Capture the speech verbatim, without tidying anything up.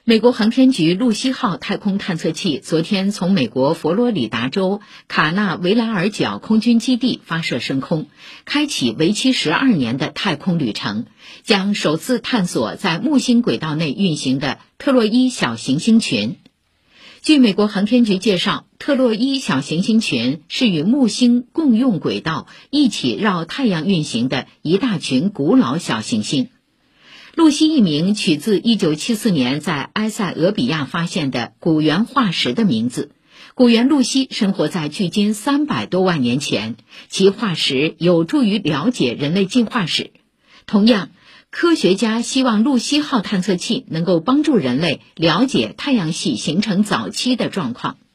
美国航天局露西号太空探测器昨天从美国佛罗里达州卡纳维莱尔角空军基地发射升空，开启为期十二年的太空旅程，将首次探索在木星轨道内运行的特洛伊小行星群。据美国航天局介绍，特洛伊小行星群是与木星共用轨道一起绕太阳运行的一大群古老小行星。露西一名取自一九七四年在埃塞俄比亚发现的古猿化石的名字。古猿露西生活在距今三百多万年前，其化石有助于了解人类进化史。同样，科学家希望露西号探测器能够帮助人类了解太阳系形成早期的状况。